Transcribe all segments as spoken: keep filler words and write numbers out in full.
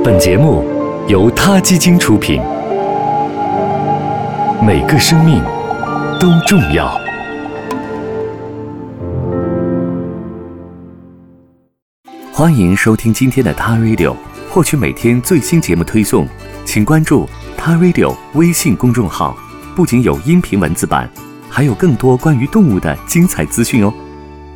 本节目由他基金出品，每个生命都重要。欢迎收听今天的他 Radio， 获取每天最新节目推送，请关注他 Radio 微信公众号，不仅有音频文字版，还有更多关于动物的精彩资讯哦。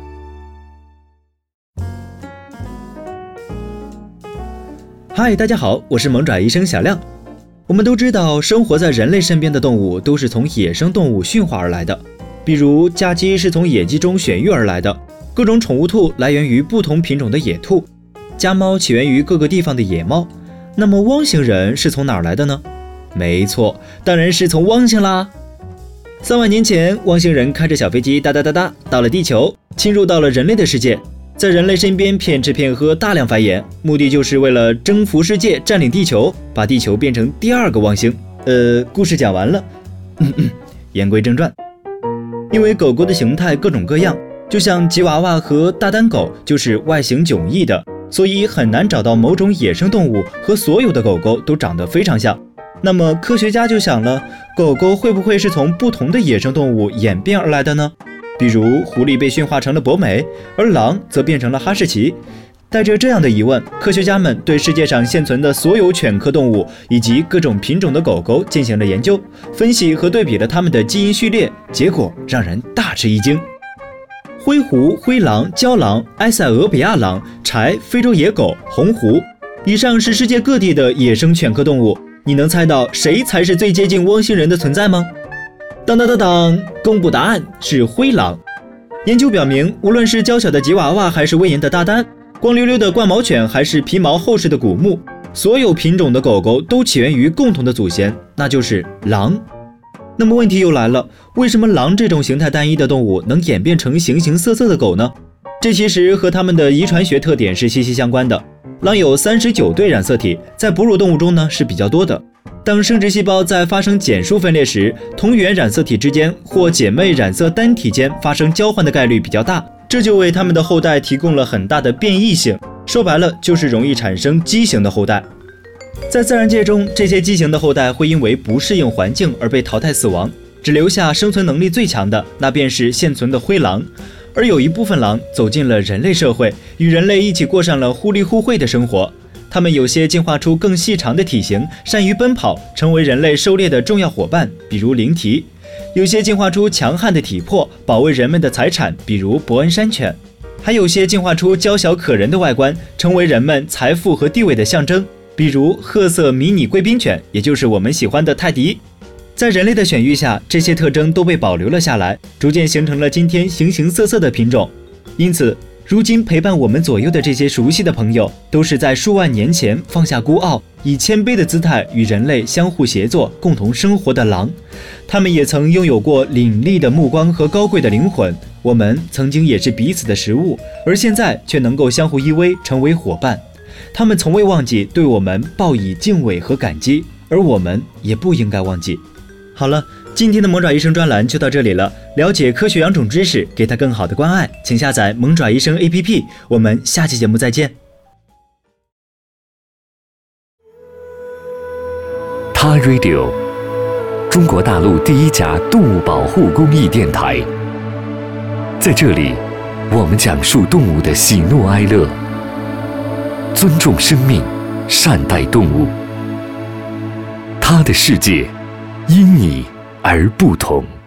嗨，大家好，我是萌爪医生小亮。我们都知道，生活在人类身边的动物都是从野生动物驯化而来的，比如家鸡是从野鸡中选育而来的，各种宠物兔来源于不同品种的野兔，家猫起源于各个地方的野猫。那么汪星人是从哪儿来的呢？没错，当然是从汪星啦。三万年前，汪星人开着小飞机哒哒哒哒到了地球，侵入到了人类的世界，在人类身边骗吃骗喝，大量繁衍，目的就是为了征服世界，占领地球，把地球变成第二个汪星。呃，故事讲完了，嗯嗯，言归正传。因为狗狗的形态各种各样，就像吉娃娃和大丹狗就是外形迥异的，所以很难找到某种野生动物和所有的狗狗都长得非常像。那么科学家就想了，狗狗会不会是从不同的野生动物演变而来的呢？比如狐狸被驯化成了博美，而狼则变成了哈士奇。带着这样的疑问，科学家们对世界上现存的所有犬科动物以及各种品种的狗狗进行了研究，分析和对比了它们的基因序列，结果让人大吃一惊。灰狐、灰狼、郊狼、埃塞俄比亚狼、柴、非洲野狗、红狐，以上是世界各地的野生犬科动物。你能猜到谁才是最接近汪星人的存在吗？当当当当，公布答案是灰狼。研究表明，无论是娇小的吉娃娃还是威严的大丹，光溜溜的冠毛犬还是皮毛厚实的古牧，所有品种的狗狗都起源于共同的祖先，那就是狼。那么问题又来了，为什么狼这种形态单一的动物能演变成形形色色的狗呢？这其实和它们的遗传学特点是息息相关的。狼有三十九对染色体，在哺乳动物中呢是比较多的。当生殖细胞在发生减数分裂时，同源染色体之间或姐妹染色单体间发生交换的概率比较大，这就为它们的后代提供了很大的变异性。说白了，就是容易产生畸形的后代。在自然界中，这些畸形的后代会因为不适应环境而被淘汰死亡，只留下生存能力最强的，那便是现存的灰狼。而有一部分狼走进了人类社会，与人类一起过上了互利互惠的生活。它们有些进化出更细长的体型，善于奔跑，成为人类狩猎的重要伙伴，比如灵缇；有些进化出强悍的体魄，保卫人们的财产，比如伯恩山犬；还有些进化出娇小可人的外观，成为人们财富和地位的象征，比如褐色迷你贵宾犬，也就是我们喜欢的泰迪。在人类的选育下，这些特征都被保留了下来，逐渐形成了今天形形色色的品种。因此如今陪伴我们左右的这些熟悉的朋友，都是在数万年前放下孤傲，以谦卑的姿态与人类相互协作，共同生活的狼。他们也曾拥有过凛厉的目光和高贵的灵魂，我们曾经也是彼此的食物，而现在却能够相互依偎，成为伙伴。他们从未忘记对我们报以敬畏和感激，而我们也不应该忘记。好了，今天的萌爪医生专栏就到这里了。了解科学养种知识，给它更好的关爱，请下载萌爪医生 A P P。我们下期节目再见。 他 Radio， 中国大陆第一家动物保护公益电台。在这里，我们讲述动物的喜怒哀乐，尊重生命，善待动物。他的世界因你而不同。